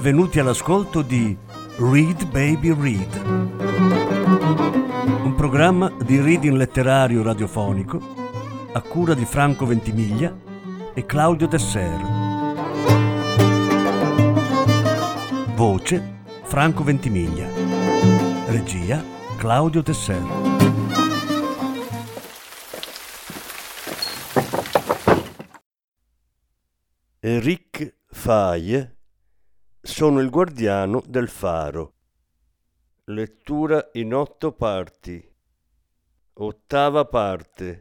benvenuti all'ascolto di Read Baby Read, un programma di reading letterario radiofonico a cura di Franco Ventimiglia e Claudio Desser. Voce Franco Ventimiglia. Regia Claudio Desser. Eric Faye, sono il guardiano del faro. Lettura in 8 parti. Ottava parte.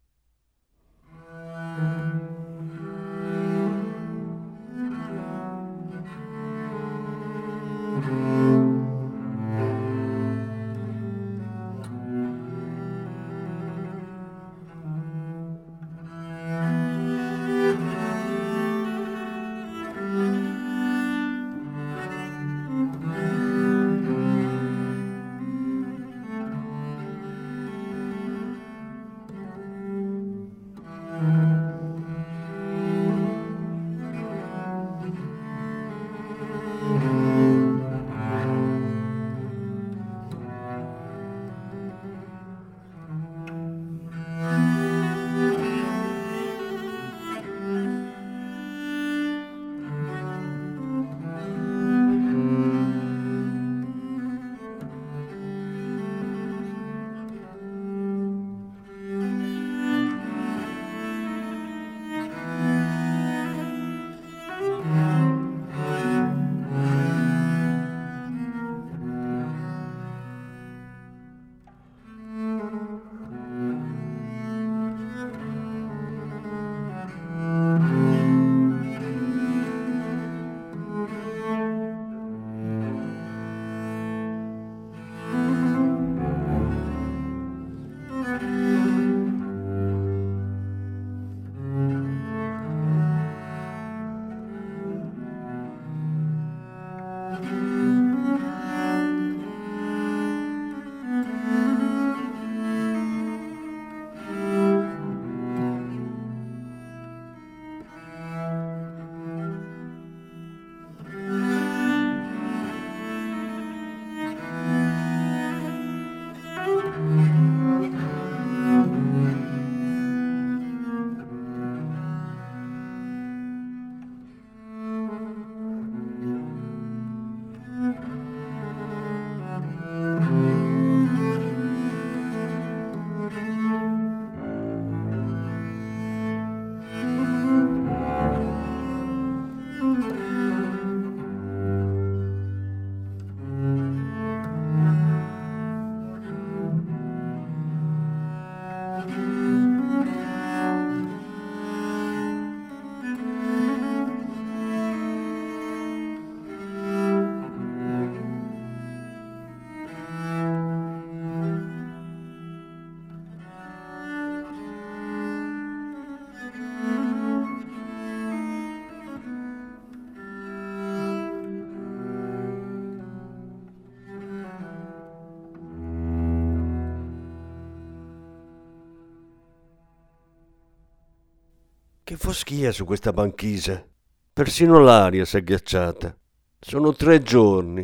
Che foschia su questa banchisa. Persino l'aria si è ghiacciata. Sono 3 giorni,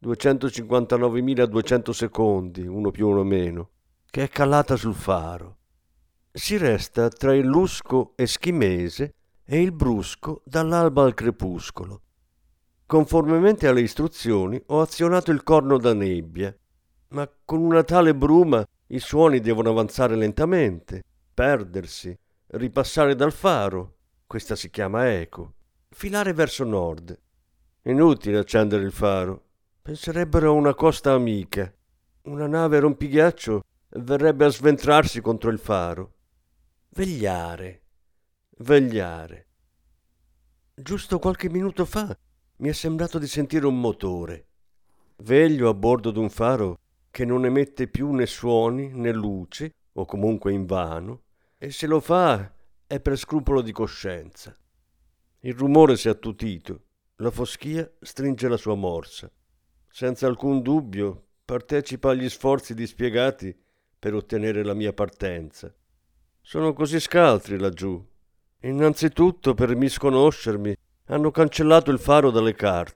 259.200 secondi, uno più uno meno, che è calata sul faro. Si resta tra il lusco eschimese e il brusco dall'alba al crepuscolo. Conformemente alle istruzioni ho azionato il corno da nebbia, ma con una tale bruma i suoni devono avanzare lentamente, perdersi, ripassare dal faro, questa si chiama eco, filare verso nord. Inutile accendere il faro, penserebbero a una costa amica. Una nave rompighiaccio verrebbe a sventrarsi contro il faro. Vegliare, vegliare. Giusto qualche minuto fa mi è sembrato di sentire un motore. Veglio a bordo d'un faro che non emette più né suoni né luce, o comunque invano, e se lo fa è per scrupolo di coscienza. Il rumore si è attutito, la foschia stringe la sua morsa. Senza alcun dubbio partecipa agli sforzi dispiegati per ottenere la mia partenza. Sono così scaltri laggiù. Innanzitutto, per misconoscermi, hanno cancellato il faro dalle carte.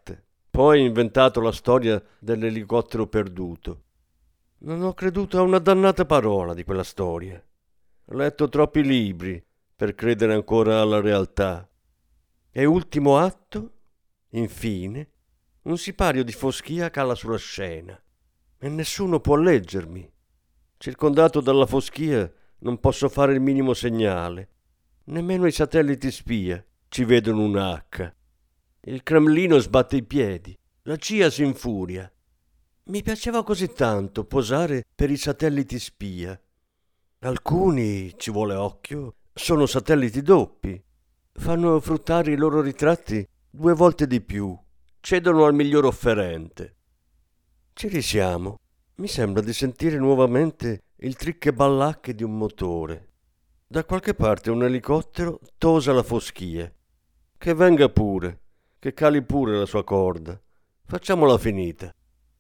Poi ha inventato la storia dell'elicottero perduto. Non ho creduto a una dannata parola di quella storia. Ho letto troppi libri per credere ancora alla realtà. E ultimo atto, infine, un sipario di foschia cala sulla scena e nessuno può leggermi. Circondato dalla foschia non posso fare il minimo segnale. Nemmeno i satelliti spia ci vedono un H. Il Cremlino sbatte i piedi, la CIA si infuria. Mi piaceva così tanto posare per i satelliti spia. Alcuni, ci vuole occhio, sono satelliti doppi. Fanno fruttare i loro ritratti 2 volte di più. Cedono al miglior offerente. Ci risiamo. Mi sembra di sentire nuovamente il tricche ballacche di un motore. Da qualche parte un elicottero tosa la foschia. Che venga pure, che cali pure la sua corda. Facciamola finita.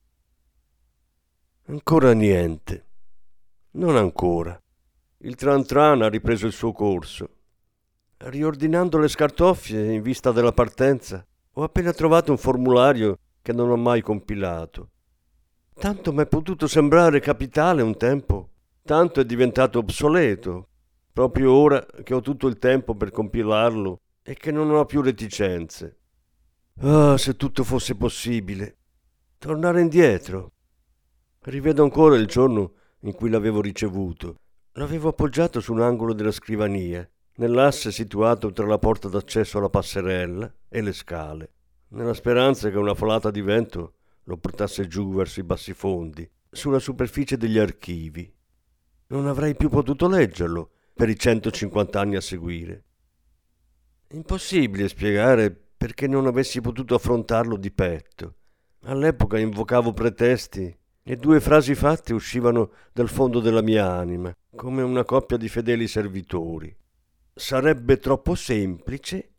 Ancora niente. Non ancora. Il tran tran ha ripreso il suo corso. Riordinando le scartoffie in vista della partenza, ho appena trovato un formulario che non ho mai compilato. Tanto m'è potuto sembrare capitale un tempo, tanto è diventato obsoleto, proprio ora che ho tutto il tempo per compilarlo e che non ho più reticenze. Ah, se tutto fosse possibile. Tornare indietro. Rivedo ancora il giorno in cui l'avevo ricevuto. L'avevo appoggiato su un angolo della scrivania, nell'asse situato tra la porta d'accesso alla passerella e le scale, nella speranza che una folata di vento lo portasse giù verso i bassifondi, sulla superficie degli archivi. Non avrei più potuto leggerlo per i 150 anni a seguire. Impossibile spiegare perché non avessi potuto affrontarlo di petto. All'epoca invocavo pretesti e 2 frasi fatte uscivano dal fondo della mia anima, come una coppia di fedeli servitori. Sarebbe troppo semplice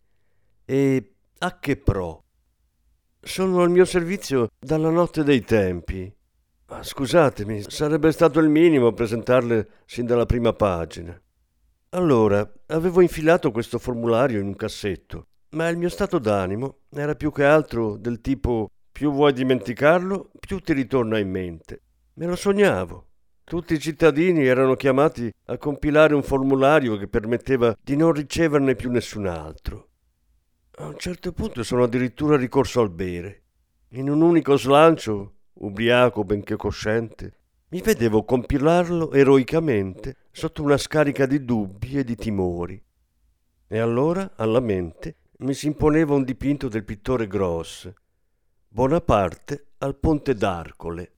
e a che pro? Sono al mio servizio dalla notte dei tempi. Ma scusatemi, sarebbe stato il minimo presentarle sin dalla prima pagina. Allora, avevo infilato questo formulario in un cassetto, ma il mio stato d'animo era più che altro del tipo: più vuoi dimenticarlo, più ti ritorna in mente. Me lo sognavo. Tutti i cittadini erano chiamati a compilare un formulario che permetteva di non riceverne più nessun altro. A un certo punto sono addirittura ricorso al bere. In un unico slancio, ubriaco benché cosciente, mi vedevo compilarlo eroicamente sotto una scarica di dubbi e di timori. E allora, alla mente, mi si imponeva un dipinto del pittore Gross, Bonaparte al Ponte d'Arcole.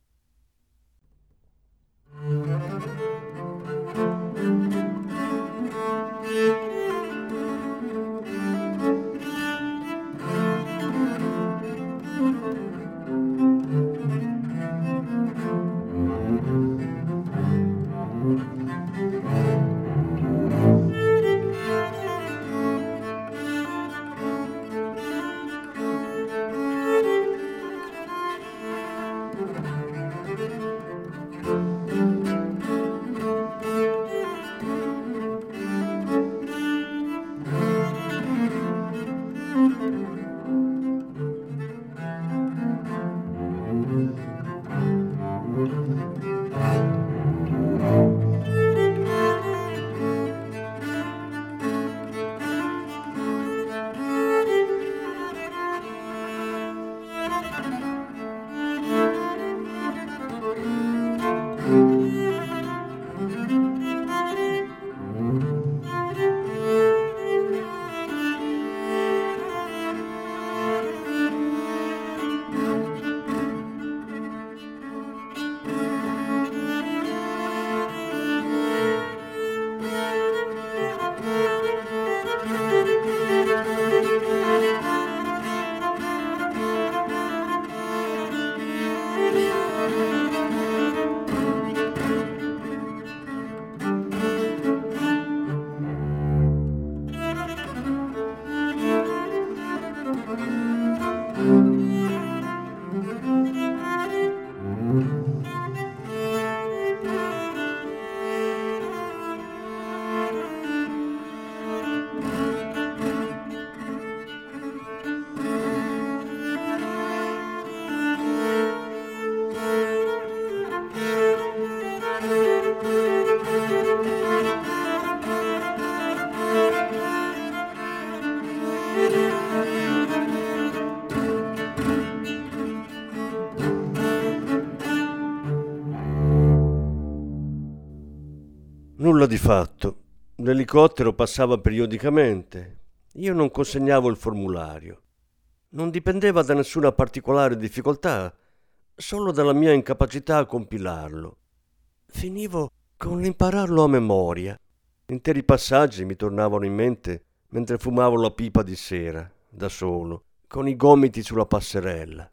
Nulla di fatto. L'elicottero passava periodicamente. Io non consegnavo il formulario. Non dipendeva da nessuna particolare difficoltà, solo dalla mia incapacità a compilarlo. Finivo con l'impararlo a memoria. Interi passaggi mi tornavano in mente mentre fumavo la pipa di sera, da solo, con i gomiti sulla passerella.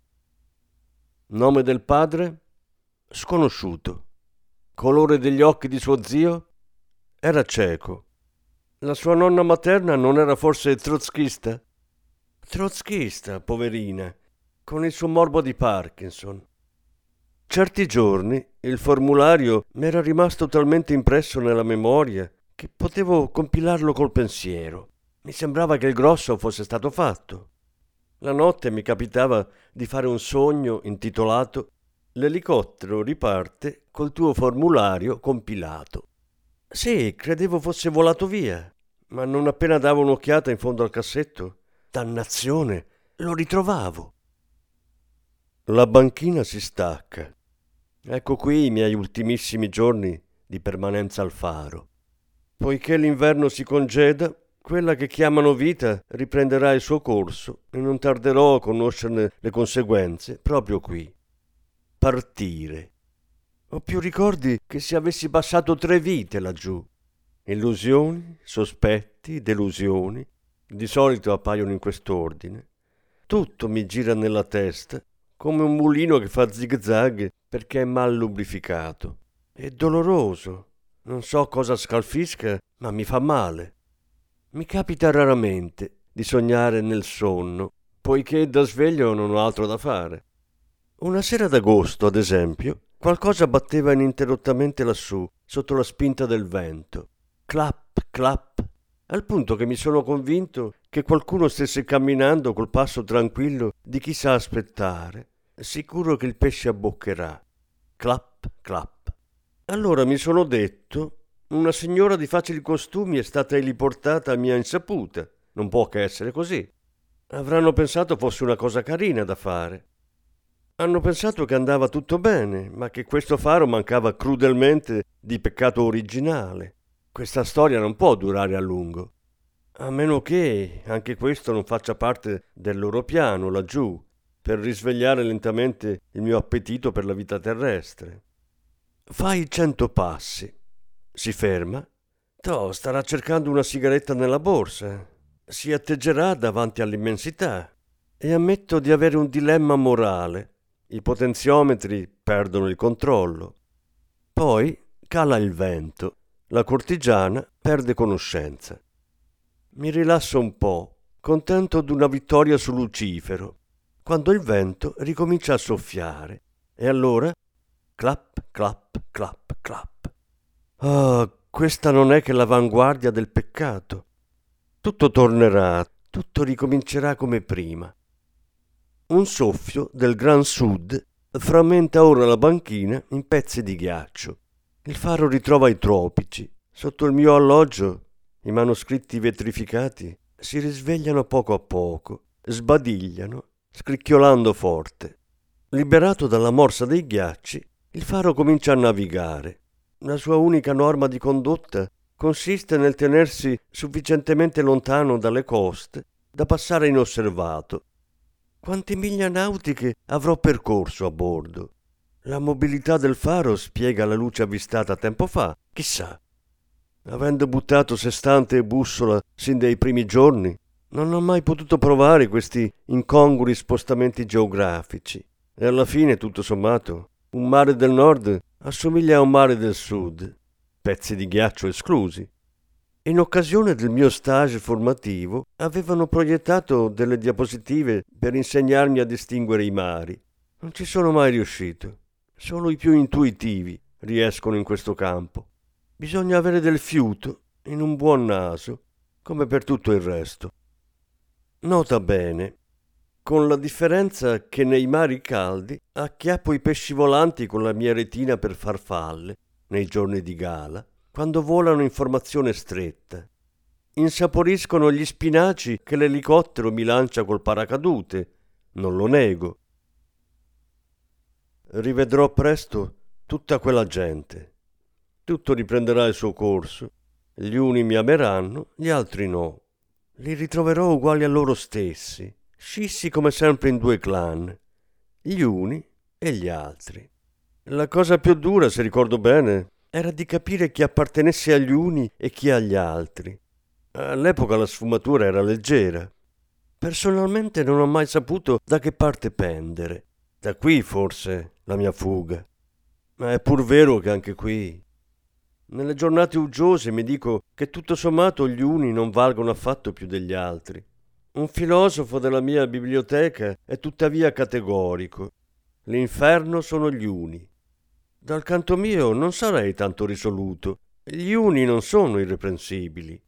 Nome del padre? Sconosciuto. Colore degli occhi di suo zio? Era cieco. La sua nonna materna non era forse trotskista? Trotskista, poverina, con il suo morbo di Parkinson. Certi giorni il formulario mi era rimasto talmente impresso nella memoria che potevo compilarlo col pensiero. Mi sembrava che il grosso fosse stato fatto. La notte mi capitava di fare un sogno intitolato «L'elicottero riparte col tuo formulario compilato». Sì, credevo fosse volato via, ma non appena davo un'occhiata in fondo al cassetto, dannazione, lo ritrovavo. La banchina si stacca. Ecco qui i miei ultimissimi giorni di permanenza al faro. Poiché l'inverno si congeda, quella che chiamano vita riprenderà il suo corso e non tarderò a conoscerne le conseguenze proprio qui. Partire. Ho più ricordi che se avessi passato 3 vite laggiù. Illusioni, sospetti, delusioni, di solito appaiono in quest'ordine. Tutto mi gira nella testa, come un mulino che fa zig-zag perché è mal lubrificato. È doloroso. Non so cosa scalfisca, ma mi fa male. Mi capita raramente di sognare nel sonno, poiché da sveglio non ho altro da fare. Una sera d'agosto, ad esempio, qualcosa batteva ininterrottamente lassù, sotto la spinta del vento. Clap, clap, al punto che mi sono convinto che qualcuno stesse camminando col passo tranquillo di chi sa aspettare, sicuro che il pesce abboccherà. Clap, clap. Allora mi sono detto, una signora di facili costumi è stata eliportata a mia insaputa. Non può che essere così. Avranno pensato fosse una cosa carina da fare. Hanno pensato che andava tutto bene, ma che questo faro mancava crudelmente di peccato originale. Questa storia non può durare a lungo. A meno che anche questo non faccia parte del loro piano laggiù, per risvegliare lentamente il mio appetito per la vita terrestre. Fai 100 passi. Si ferma. Toh, starà cercando una sigaretta nella borsa. Si atteggerà davanti all'immensità. E ammetto di avere un dilemma morale. I potenziometri perdono il controllo. Poi cala il vento. La cortigiana perde conoscenza. Mi rilasso un po', contento d'una vittoria su Lucifero, quando il vento ricomincia a soffiare. E allora clap, clap, clap, clap. Ah, questa non è che l'avanguardia del peccato. Tutto tornerà, tutto ricomincerà come prima. Un soffio del Gran Sud frammenta ora la banchina in pezzi di ghiaccio. Il faro ritrova i tropici. Sotto il mio alloggio i manoscritti vetrificati si risvegliano poco a poco, sbadigliano, scricchiolando forte. Liberato dalla morsa dei ghiacci, il faro comincia a navigare. La sua unica norma di condotta consiste nel tenersi sufficientemente lontano dalle coste da passare inosservato. Quante miglia nautiche avrò percorso a bordo? La mobilità del faro spiega la luce avvistata tempo fa, chissà. Avendo buttato sestante e bussola sin dai primi giorni, non ho mai potuto provare questi incongrui spostamenti geografici. E alla fine, tutto sommato, un mare del nord assomiglia a un mare del sud, pezzi di ghiaccio esclusi. In occasione del mio stage formativo avevano proiettato delle diapositive per insegnarmi a distinguere i mari. Non ci sono mai riuscito. Solo i più intuitivi riescono in questo campo. Bisogna avere del fiuto in un buon naso, come per tutto il resto. Nota bene, con la differenza che nei mari caldi acchiappo i pesci volanti con la mia retina per farfalle, nei giorni di gala, quando volano in formazione stretta. Insaporiscono gli spinaci che l'elicottero mi lancia col paracadute, non lo nego. Rivedrò presto tutta quella gente. Tutto riprenderà il suo corso. Gli uni mi ameranno, gli altri no. Li ritroverò uguali a loro stessi, scissi come sempre in due clan, gli uni e gli altri. La cosa più dura, se ricordo bene, era di capire chi appartenesse agli uni e chi agli altri. All'epoca la sfumatura era leggera. Personalmente non ho mai saputo da che parte pendere. Da qui forse la mia fuga. Ma è pur vero che anche qui, nelle giornate uggiose, mi dico che tutto sommato gli uni non valgono affatto più degli altri. Un filosofo della mia biblioteca è tuttavia categorico. L'inferno sono gli uni. Dal canto mio non sarei tanto risoluto. Gli uni non sono irreprensibili.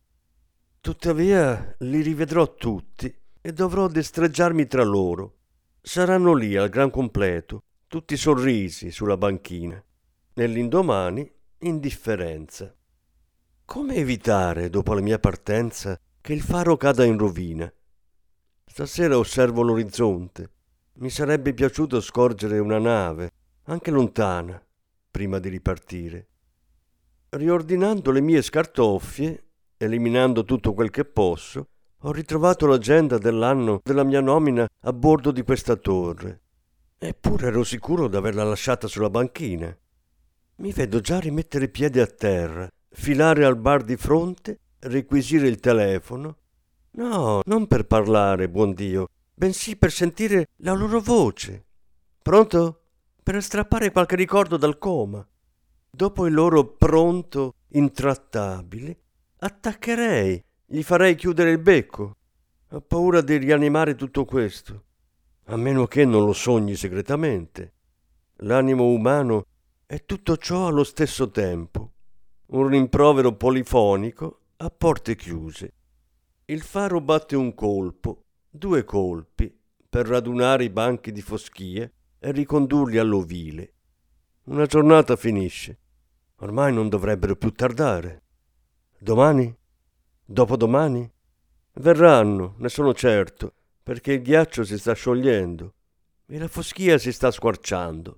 Tuttavia li rivedrò tutti e dovrò destreggiarmi tra loro. Saranno lì al gran completo, tutti sorrisi sulla banchina. Nell'indomani indifferenza. Come evitare, dopo la mia partenza, che il faro cada in rovina? Stasera osservo l'orizzonte. Mi sarebbe piaciuto scorgere una nave, anche lontana, prima di ripartire. Riordinando le mie scartoffie, eliminando tutto quel che posso, ho ritrovato l'agenda dell'anno della mia nomina a bordo di questa torre. Eppure ero sicuro d'averla lasciata sulla banchina. Mi vedo già rimettere piede a terra, filare al bar di fronte, requisire il telefono. No, non per parlare, buon Dio, bensì per sentire la loro voce. Pronto? Per strappare qualche ricordo dal coma. Dopo il loro pronto intrattabile, attaccherei, gli farei chiudere il becco. Ho paura di rianimare tutto questo, a meno che non lo sogni segretamente. L'animo umano è tutto ciò allo stesso tempo, un rimprovero polifonico a porte chiuse. Il faro batte un colpo, 2 colpi, per radunare i banchi di foschia e ricondurli all'ovile. Una giornata finisce. Ormai non dovrebbero più tardare. Domani? Dopodomani? Verranno, ne sono certo, perché il ghiaccio si sta sciogliendo e la foschia si sta squarciando.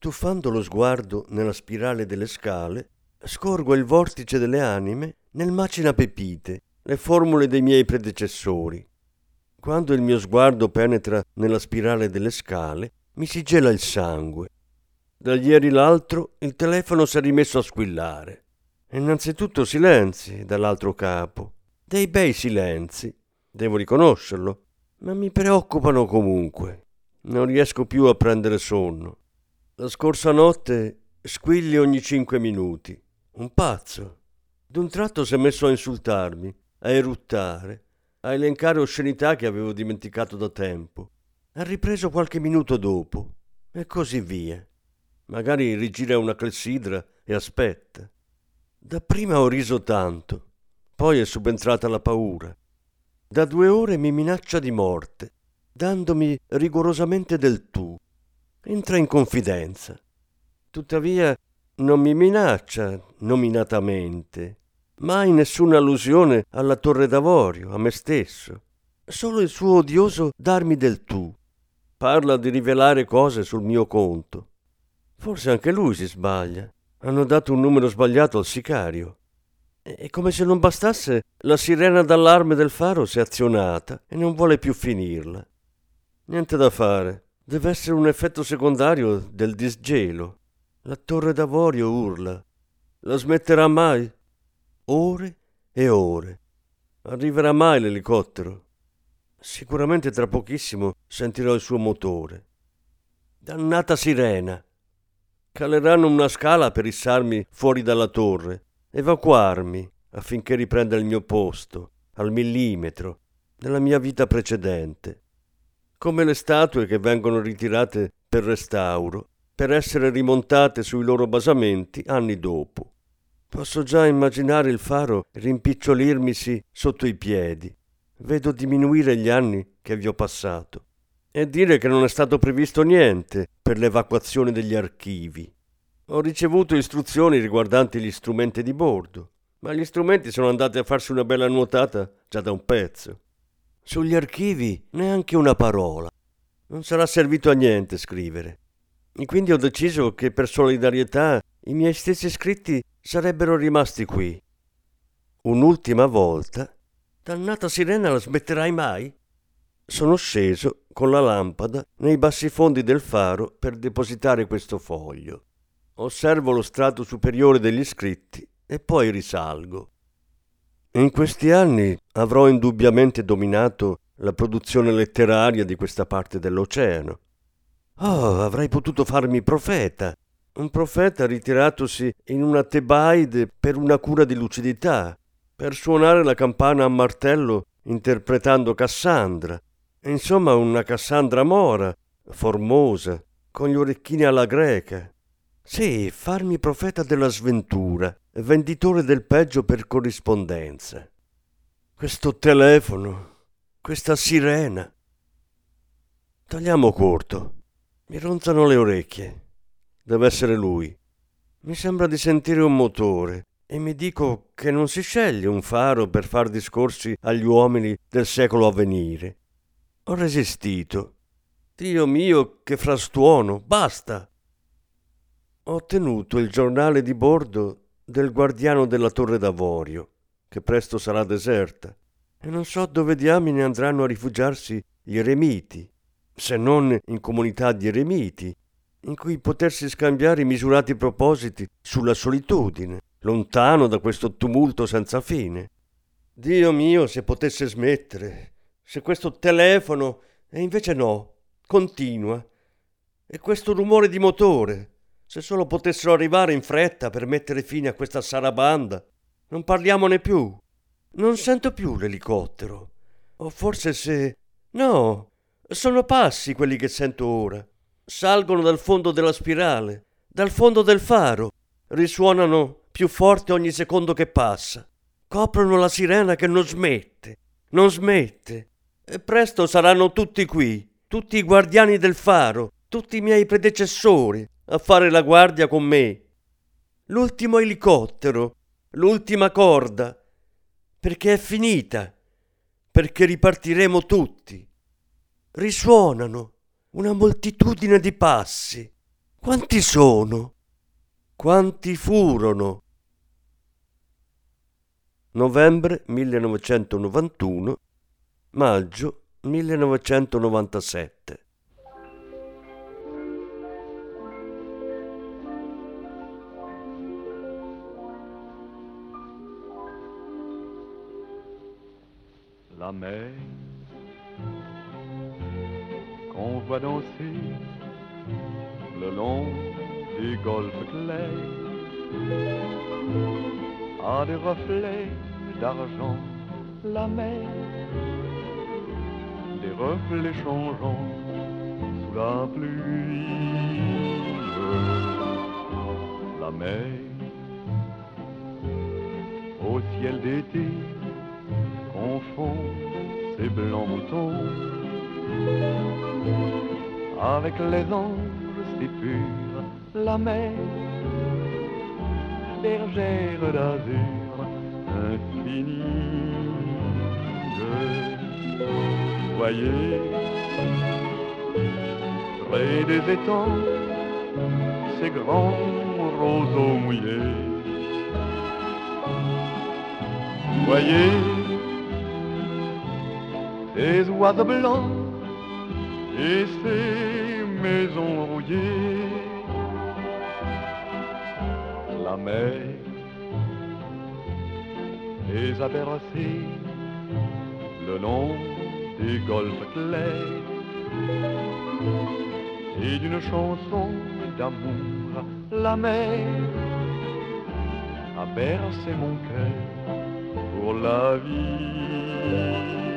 Tuffando lo sguardo nella spirale delle scale, scorgo il vortice delle anime nel macina pepite, le formule dei miei predecessori. Quando il mio sguardo penetra nella spirale delle scale, mi si gela il sangue. Da ieri l'altro il telefono si è rimesso a squillare. Innanzitutto silenzi dall'altro capo, dei bei silenzi, devo riconoscerlo, ma mi preoccupano comunque. Non riesco più a prendere sonno. La scorsa notte squilli ogni 5 minuti. Un pazzo. D'un tratto si è messo a insultarmi, a eruttare, a elencare oscenità che avevo dimenticato da tempo. Ha ripreso qualche minuto dopo, e così via. Magari rigira una clessidra e aspetta. Dapprima ho riso tanto, poi è subentrata la paura. Da 2 ore mi minaccia di morte, dandomi rigorosamente del tu. Entra in confidenza. Tuttavia non mi minaccia nominatamente, mai nessuna allusione alla Torre d'Avorio, a me stesso. Solo il suo odioso darmi del tu. Parla di rivelare cose sul mio conto. Forse anche lui si sbaglia. Hanno dato un numero sbagliato al sicario. E come se non bastasse, la sirena d'allarme del faro si è azionata e non vuole più finirla. Niente da fare. Deve essere un effetto secondario del disgelo. La Torre d'Avorio urla. La smetterà mai? Ore e ore. Arriverà mai l'elicottero? Sicuramente tra pochissimo sentirò il suo motore. Dannata sirena! Caleranno una scala per issarmi fuori dalla torre, evacuarmi affinché riprenda il mio posto, al millimetro, nella mia vita precedente. Come le statue che vengono ritirate per restauro, per essere rimontate sui loro basamenti anni dopo. Posso già immaginare il faro rimpicciolirmisi sotto i piedi. Vedo diminuire gli anni che vi ho passato. E dire che non è stato previsto niente per l'evacuazione degli archivi. Ho ricevuto istruzioni riguardanti gli strumenti di bordo, ma gli strumenti sono andati a farsi una bella nuotata già da un pezzo. Sugli archivi neanche una parola. Non sarà servito a niente scrivere. E quindi ho deciso che per solidarietà i miei stessi scritti sarebbero rimasti qui. Un'ultima volta. Dannata sirena, la smetterai mai? Sono sceso con la lampada nei bassi fondi del faro per depositare questo foglio. Osservo lo strato superiore degli scritti e poi risalgo. In questi anni avrò indubbiamente dominato la produzione letteraria di questa parte dell'oceano. Oh, avrei potuto farmi profeta. Un profeta ritiratosi in una Tebaide per una cura di lucidità, per suonare la campana a martello interpretando Cassandra. Insomma, una Cassandra mora, formosa, con gli orecchini alla greca. Sì, farmi profeta della sventura, venditore del peggio per corrispondenza. Questo telefono, questa sirena. Tagliamo corto. Mi ronzano le orecchie. Deve essere lui. Mi sembra di sentire un motore e mi dico che non si sceglie un faro per far discorsi agli uomini del secolo a venire. Ho resistito. Dio mio, che frastuono, basta! Ho tenuto il giornale di bordo del guardiano della Torre d'Avorio, che presto sarà deserta, e non so dove diamine andranno a rifugiarsi gli eremiti, se non in comunità di eremiti, in cui potersi scambiare i misurati propositi sulla solitudine, lontano da questo tumulto senza fine. Dio mio, se potesse smettere, se questo telefono, e invece no, continua. E questo rumore di motore, se solo potessero arrivare in fretta per mettere fine a questa sarabanda. Non parliamone più. Non sento più l'elicottero. O forse se... No, sono passi quelli che sento ora. Salgono dal fondo della spirale, dal fondo del faro. Risuonano più forte ogni secondo che passa. Coprono la sirena che non smette, non smette. E presto saranno tutti qui, tutti i guardiani del faro, tutti i miei predecessori, a fare la guardia con me. L'ultimo elicottero, l'ultima corda, perché è finita, perché ripartiremo tutti. Risuonano una moltitudine di passi, Quanti sono? Quanti furono? Novembre 1991, maggio 1997. La mer qu'on voit danser le long des golfes clairs a des reflets d'argent. La mer, des reflets changeants sous la pluie. La mer au ciel d'été confond ses blancs moutons avec les anges si purs. La mer, bergère d'azur infinie. Voyez, près des étangs, ces grands roseaux mouillés. Voyez, ces oiseaux blancs et ces maisons rouillées. La mer les a bercés le long des golfes clairs et d'une chanson d'amour. La mer a bercé mon cœur pour la vie.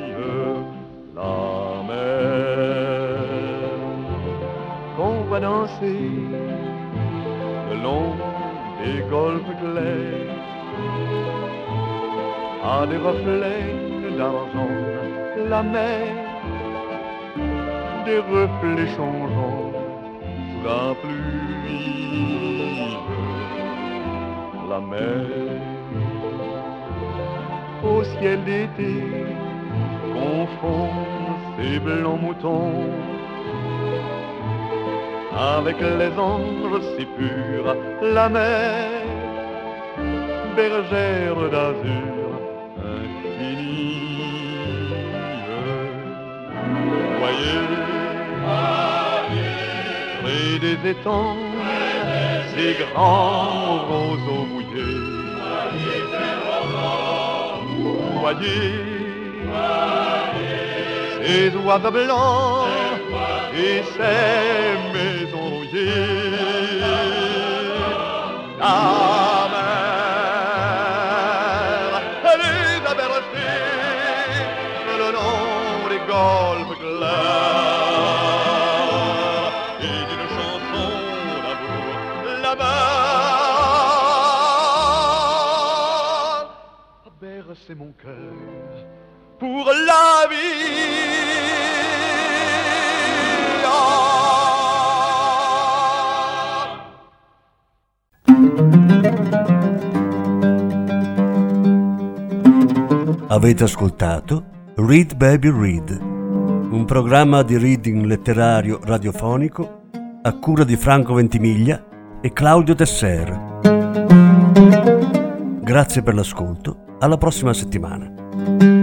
La mer qu'on voit danser le long des golfes clairs a des reflets d'argent. La mer, des reflets changeants sous la pluie. La mer au ciel d'été confond ses blancs moutons avec les anges si purs. La mer, bergère d'azur infinie. Voyez, près des étangs, ces grands roseaux mouillés. Voyez, ces oiseaux blancs et ces maisons rouillées. La mer, elle les a bercés le long des golfes clairs et d'une chanson d'amour. La mer a bercé mon cœur pour la vie. Avete ascoltato Read Baby Read, un programma di reading letterario radiofonico a cura di Franco Ventimiglia e Claudio Tesser. Grazie per l'ascolto, alla prossima settimana.